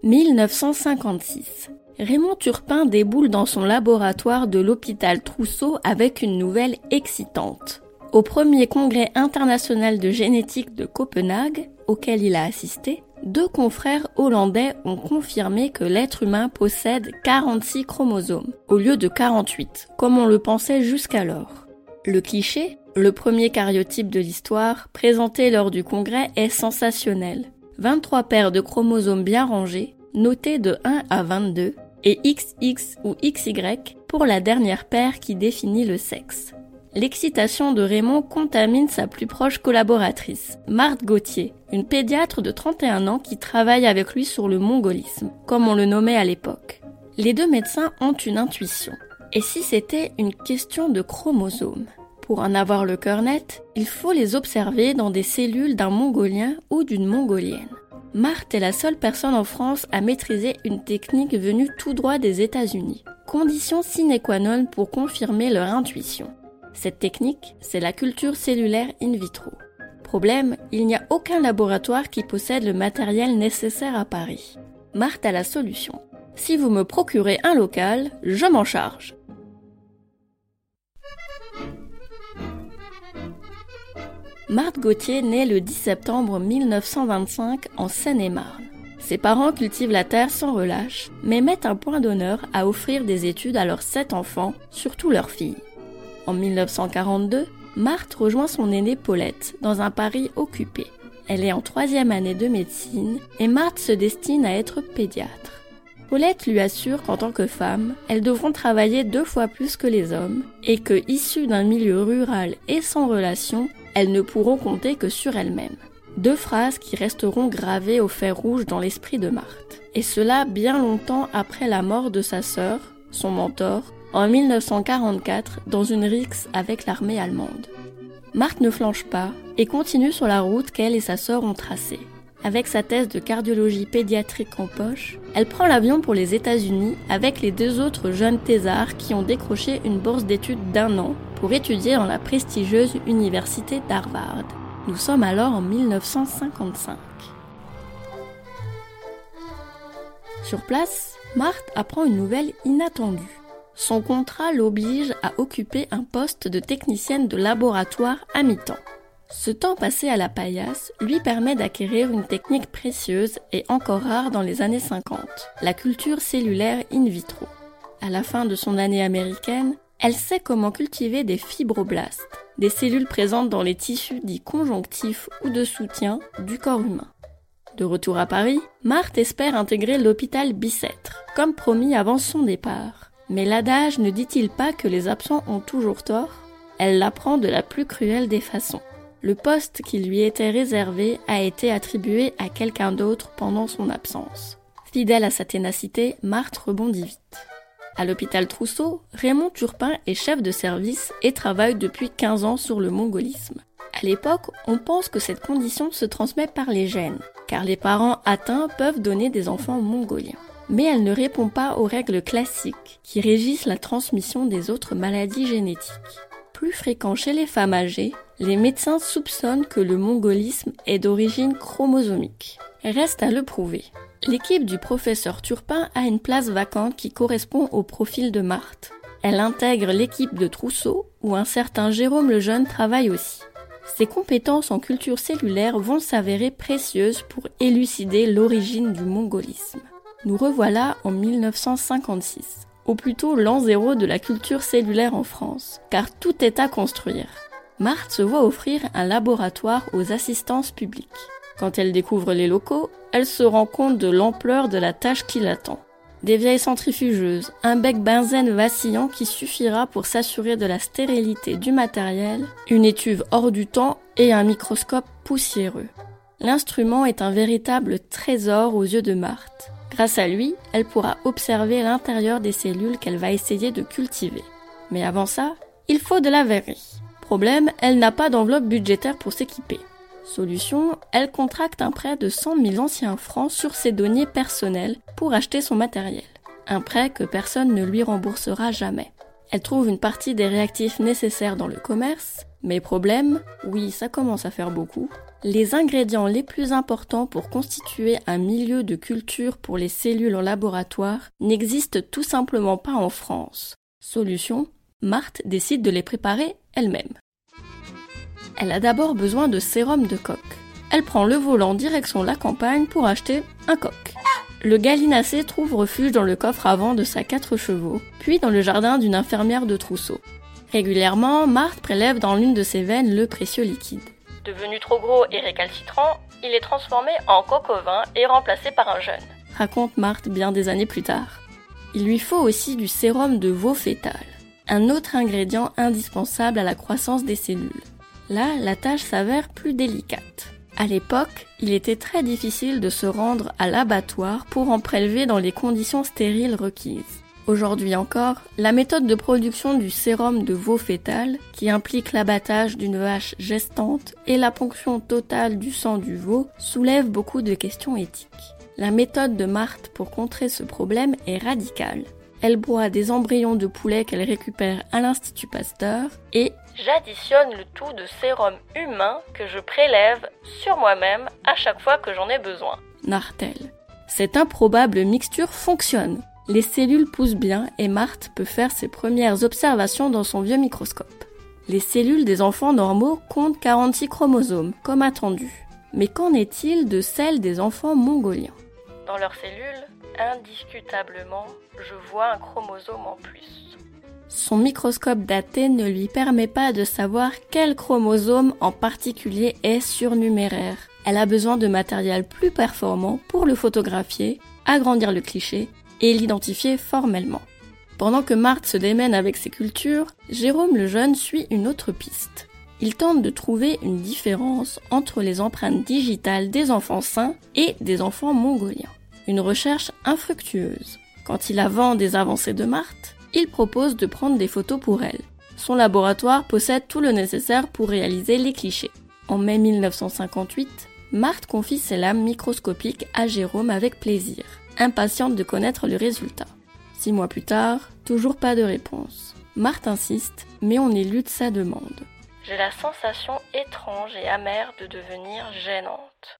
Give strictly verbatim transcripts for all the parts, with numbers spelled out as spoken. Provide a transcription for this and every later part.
mille neuf cent cinquante-six. Raymond Turpin déboule dans son laboratoire de l'hôpital Trousseau avec une nouvelle excitante. Au premier congrès international de génétique de Copenhague, auquel il a assisté, deux confrères hollandais ont confirmé que l'être humain possède quarante-six chromosomes, au lieu de quarante-huit, comme on le pensait jusqu'alors. Le cliché, le premier karyotype de l'histoire, présenté lors du congrès, est sensationnel. vingt-trois paires de chromosomes bien rangés, notés de un à vingt-deux, et X X ou X Y pour la dernière paire qui définit le sexe. L'excitation de Raymond contamine sa plus proche collaboratrice, Marthe Gauthier, une pédiatre de trente et un ans qui travaille avec lui sur le mongolisme, comme on le nommait à l'époque. Les deux médecins ont une intuition. Et si c'était une question de chromosomes ? Pour en avoir le cœur net, il faut les observer dans des cellules d'un mongolien ou d'une mongolienne. Marthe est la seule personne en France à maîtriser une technique venue tout droit des États-Unis. Condition sine qua non pour confirmer leur intuition. Cette technique, c'est la culture cellulaire in vitro. Problème, il n'y a aucun laboratoire qui possède le matériel nécessaire à Paris. Marthe a la solution. Si vous me procurez un local, je m'en charge. Marthe Gauthier naît le dix septembre mille neuf cent vingt-cinq en Seine-et-Marne. Ses parents cultivent la terre sans relâche, mais mettent un point d'honneur à offrir des études à leurs sept enfants, surtout leurs filles. En mille neuf cent quarante-deux, Marthe rejoint son aînée Paulette dans un Paris occupé. Elle est en troisième année de médecine et Marthe se destine à être pédiatre. Paulette lui assure qu'en tant que femme, elles devront travailler deux fois plus que les hommes et que, issues d'un milieu rural et sans relation, elles ne pourront compter que sur elles-mêmes. Deux phrases qui resteront gravées au fer rouge dans l'esprit de Marthe. Et cela bien longtemps après la mort de sa sœur, son mentor, en mille neuf cent quarante-quatre dans une rixe avec l'armée allemande. Marthe ne flanche pas et continue sur la route qu'elle et sa sœur ont tracée. Avec sa thèse de cardiologie pédiatrique en poche, elle prend l'avion pour les États-Unis avec les deux autres jeunes thésards qui ont décroché une bourse d'études d'un an pour étudier dans la prestigieuse université d'Harvard. Nous sommes alors en mille neuf cent cinquante-cinq. Sur place, Marthe apprend une nouvelle inattendue. Son contrat l'oblige à occuper un poste de technicienne de laboratoire à mi-temps. Ce temps passé à la paillasse lui permet d'acquérir une technique précieuse et encore rare dans les années cinquante, la culture cellulaire in vitro. À la fin de son année américaine, elle sait comment cultiver des fibroblastes, des cellules présentes dans les tissus dits conjonctifs ou de soutien du corps humain. De retour à Paris, Marthe espère intégrer l'hôpital Bicêtre, comme promis avant son départ. Mais l'adage ne dit-il pas que les absents ont toujours tort ? Elle l'apprend de la plus cruelle des façons. Le poste qui lui était réservé a été attribué à quelqu'un d'autre pendant son absence. Fidèle à sa ténacité, Marthe rebondit vite. À l'hôpital Trousseau, Raymond Turpin est chef de service et travaille depuis quinze ans sur le mongolisme. À l'époque, on pense que cette condition se transmet par les gènes, car les parents atteints peuvent donner des enfants mongoliens. Mais elle ne répond pas aux règles classiques qui régissent la transmission des autres maladies génétiques. Plus fréquent chez les femmes âgées, les médecins soupçonnent que le mongolisme est d'origine chromosomique. Reste à le prouver. L'équipe du professeur Turpin a une place vacante qui correspond au profil de Marthe. Elle intègre l'équipe de Trousseau, où un certain Jérôme Lejeune travaille aussi. Ses compétences en culture cellulaire vont s'avérer précieuses pour élucider l'origine du mongolisme. Nous revoilà en mille neuf cent cinquante-six, ou plutôt l'an zéro de la culture cellulaire en France, car tout est à construire. Marthe se voit offrir un laboratoire aux assistances publiques. Quand elle découvre les locaux, elle se rend compte de l'ampleur de la tâche qui l'attend. Des vieilles centrifugeuses, un bec benzène vacillant qui suffira pour s'assurer de la stérilité du matériel, une étuve hors du temps et un microscope poussiéreux. L'instrument est un véritable trésor aux yeux de Marthe. Grâce à lui, elle pourra observer l'intérieur des cellules qu'elle va essayer de cultiver. Mais avant ça, il faut de la verrerie. Problème, elle n'a pas d'enveloppe budgétaire pour s'équiper. Solution, elle contracte un prêt de cent mille anciens francs sur ses deniers personnels pour acheter son matériel. Un prêt que personne ne lui remboursera jamais. Elle trouve une partie des réactifs nécessaires dans le commerce, mais problème, oui, ça commence à faire beaucoup, Les ingrédients les plus importants pour constituer un milieu de culture pour les cellules en laboratoire n'existent tout simplement pas en France. Solution, Marthe décide de les préparer elle-même. Elle a d'abord besoin de sérum de coq. Elle prend le volant direction la campagne pour acheter un coq. Le gallinacé trouve refuge dans le coffre avant de sa quatre chevaux, puis dans le jardin d'une infirmière de trousseau. Régulièrement, Marthe prélève dans l'une de ses veines le précieux liquide. Devenu trop gros et récalcitrant, il est transformé en coq au vin et remplacé par un jeune, raconte Marthe bien des années plus tard. Il lui faut aussi du sérum de veau fœtal, un autre ingrédient indispensable à la croissance des cellules. Là, la tâche s'avère plus délicate. À l'époque, il était très difficile de se rendre à l'abattoir pour en prélever dans les conditions stériles requises. Aujourd'hui encore, la méthode de production du sérum de veau fœtal, qui implique l'abattage d'une vache gestante et la ponction totale du sang du veau, soulève beaucoup de questions éthiques. La méthode de Marthe pour contrer ce problème est radicale. Elle broie des embryons de poulet qu'elle récupère à l'Institut Pasteur et j'additionne le tout de sérum humain que je prélève sur moi-même à chaque fois que j'en ai besoin, narre-t-elle. Cette improbable mixture fonctionne. Les cellules poussent bien et Marthe peut faire ses premières observations dans son vieux microscope. Les cellules des enfants normaux comptent quarante-six chromosomes, comme attendu. Mais qu'en est-il de celles des enfants mongoliens ? Dans leurs cellules, indiscutablement, je vois un chromosome en plus. Son microscope daté ne lui permet pas de savoir quel chromosome en particulier est surnuméraire. Elle a besoin de matériel plus performant pour le photographier, agrandir le cliché et l'identifier formellement. Pendant que Marthe se démène avec ses cultures, Jérôme le Jeune suit une autre piste. Il tente de trouver une différence entre les empreintes digitales des enfants sains et des enfants mongoliens. Une recherche infructueuse. Quand il avance des avancées de Marthe, il propose de prendre des photos pour elle. Son laboratoire possède tout le nécessaire pour réaliser les clichés. En mai mille neuf cent cinquante-huit, Marthe confie ses lames microscopiques à Jérôme avec plaisir, impatiente de connaître le résultat. Six mois plus tard, toujours pas de réponse. Marthe insiste, mais on élude sa demande. J'ai la sensation étrange et amère de devenir gênante.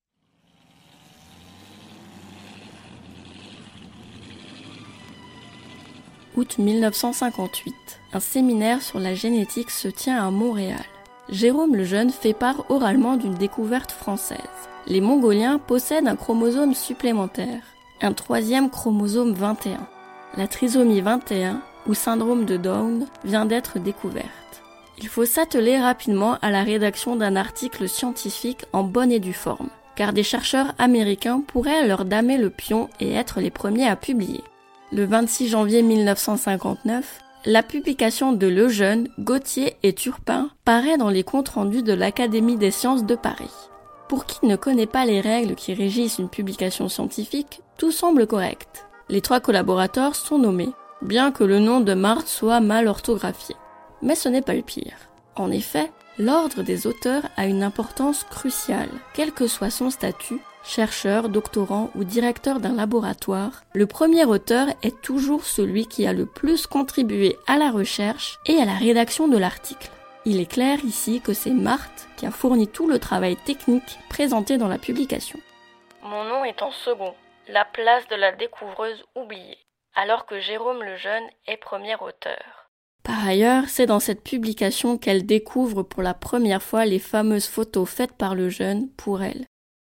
Août mille neuf cent cinquante-huit. Un séminaire sur la génétique se tient à Montréal. Jérôme le Jeune fait part oralement d'une découverte française. Les Mongoliens possèdent un chromosome supplémentaire, un troisième chromosome vingt et un. La trisomie vingt et un, ou syndrome de Down, vient d'être découverte. Il faut s'atteler rapidement à la rédaction d'un article scientifique en bonne et due forme, car des chercheurs américains pourraient leur damer le pion et être les premiers à publier. Le vingt-six janvier mille neuf cent cinquante-neuf, la publication de Lejeune, Gauthier et Turpin paraît dans les comptes rendus de l'Académie des sciences de Paris. Pour qui ne connaît pas les règles qui régissent une publication scientifique, tout semble correct. Les trois collaborateurs sont nommés, bien que le nom de Marthe soit mal orthographié. Mais ce n'est pas le pire. En effet, l'ordre des auteurs a une importance cruciale, quel que soit son statut, chercheur, doctorant ou directeur d'un laboratoire, le premier auteur est toujours celui qui a le plus contribué à la recherche et à la rédaction de l'article. Il est clair ici que c'est Marthe qui a fourni tout le travail technique présenté dans la publication. Mon nom est en second, la place de la découvreuse oubliée, alors que Jérôme le Jeune est premier auteur. Par ailleurs, c'est dans cette publication qu'elle découvre pour la première fois les fameuses photos faites par le Jeune pour elle.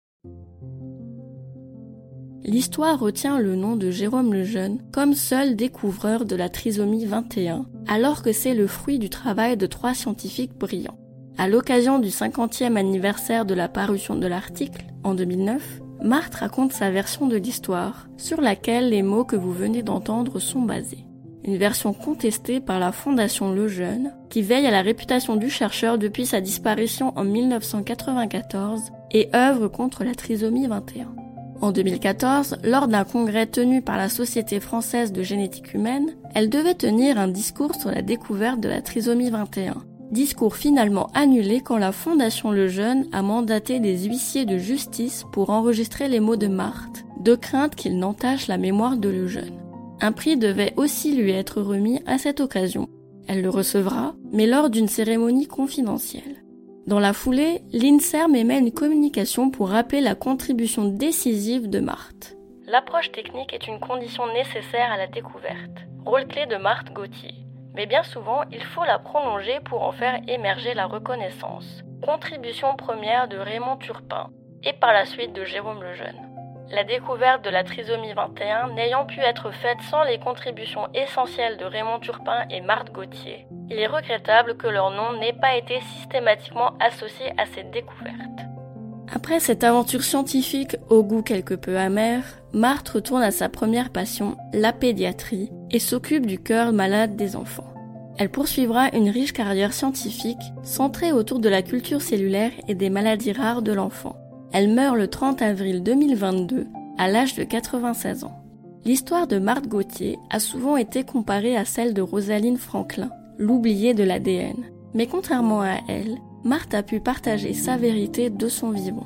L'histoire retient le nom de Jérôme le Jeune comme seul découvreur de la trisomie vingt et un, alors que c'est le fruit du travail de trois scientifiques brillants. À l'occasion du cinquantième anniversaire de la parution de l'article, en deux mille neuf, Marthe raconte sa version de l'histoire, sur laquelle les mots que vous venez d'entendre sont basés. Une version contestée par la Fondation Lejeune, qui veille à la réputation du chercheur depuis sa disparition en mille neuf cent quatre-vingt-quatorze et œuvre contre la trisomie vingt et un. En deux mille quatorze, lors d'un congrès tenu par la Société française de génétique humaine, elle devait tenir un discours sur la découverte de la trisomie vingt et un. Discours finalement annulé quand la Fondation Lejeune a mandaté des huissiers de justice pour enregistrer les mots de Marthe, de crainte qu'ils n'entachent la mémoire de Lejeune. Un prix devait aussi lui être remis à cette occasion. Elle le recevra, mais lors d'une cérémonie confidentielle. Dans la foulée, l'INSERM émet une communication pour rappeler la contribution décisive de Marthe. L'approche technique est une condition nécessaire à la découverte. Rôle clé de Marthe Gauthier. Mais bien souvent, il faut la prolonger pour en faire émerger la reconnaissance. Contribution première de Raymond Turpin et par la suite de Jérôme Lejeune. La découverte de la trisomie vingt et un n'ayant pu être faite sans les contributions essentielles de Raymond Turpin et Marthe Gauthier, il est regrettable que leur nom n'ait pas été systématiquement associé à cette découverte. Après cette aventure scientifique au goût quelque peu amer, Marthe retourne à sa première passion, la pédiatrie, et s'occupe du cœur malade des enfants. Elle poursuivra une riche carrière scientifique centrée autour de la culture cellulaire et des maladies rares de l'enfant. Elle meurt le trente avril deux mille vingt-deux, à l'âge de quatre-vingt-seize ans. L'histoire de Marthe Gauthier a souvent été comparée à celle de Rosalind Franklin, l'oubliée de l'A D N. Mais contrairement à elle, Marthe a pu partager sa vérité de son vivant.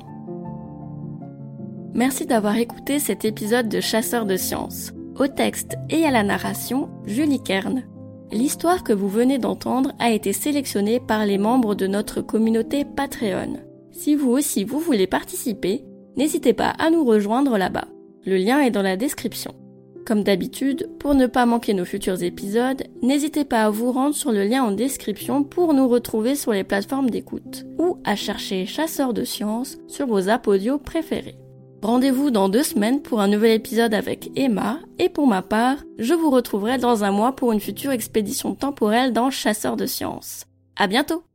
Merci d'avoir écouté cet épisode de Chasseurs de sciences. Au texte et à la narration, Julie Kern. L'histoire que vous venez d'entendre a été sélectionnée par les membres de notre communauté Patreon. Si vous aussi vous voulez participer, n'hésitez pas à nous rejoindre là-bas. Le lien est dans la description. Comme d'habitude, pour ne pas manquer nos futurs épisodes, n'hésitez pas à vous rendre sur le lien en description pour nous retrouver sur les plateformes d'écoute ou à chercher Chasseurs de sciences sur vos apps audio préférés. Rendez-vous dans deux semaines pour un nouvel épisode avec Emma, et pour ma part, je vous retrouverai dans un mois pour une future expédition temporelle dans Chasseurs de sciences. À bientôt!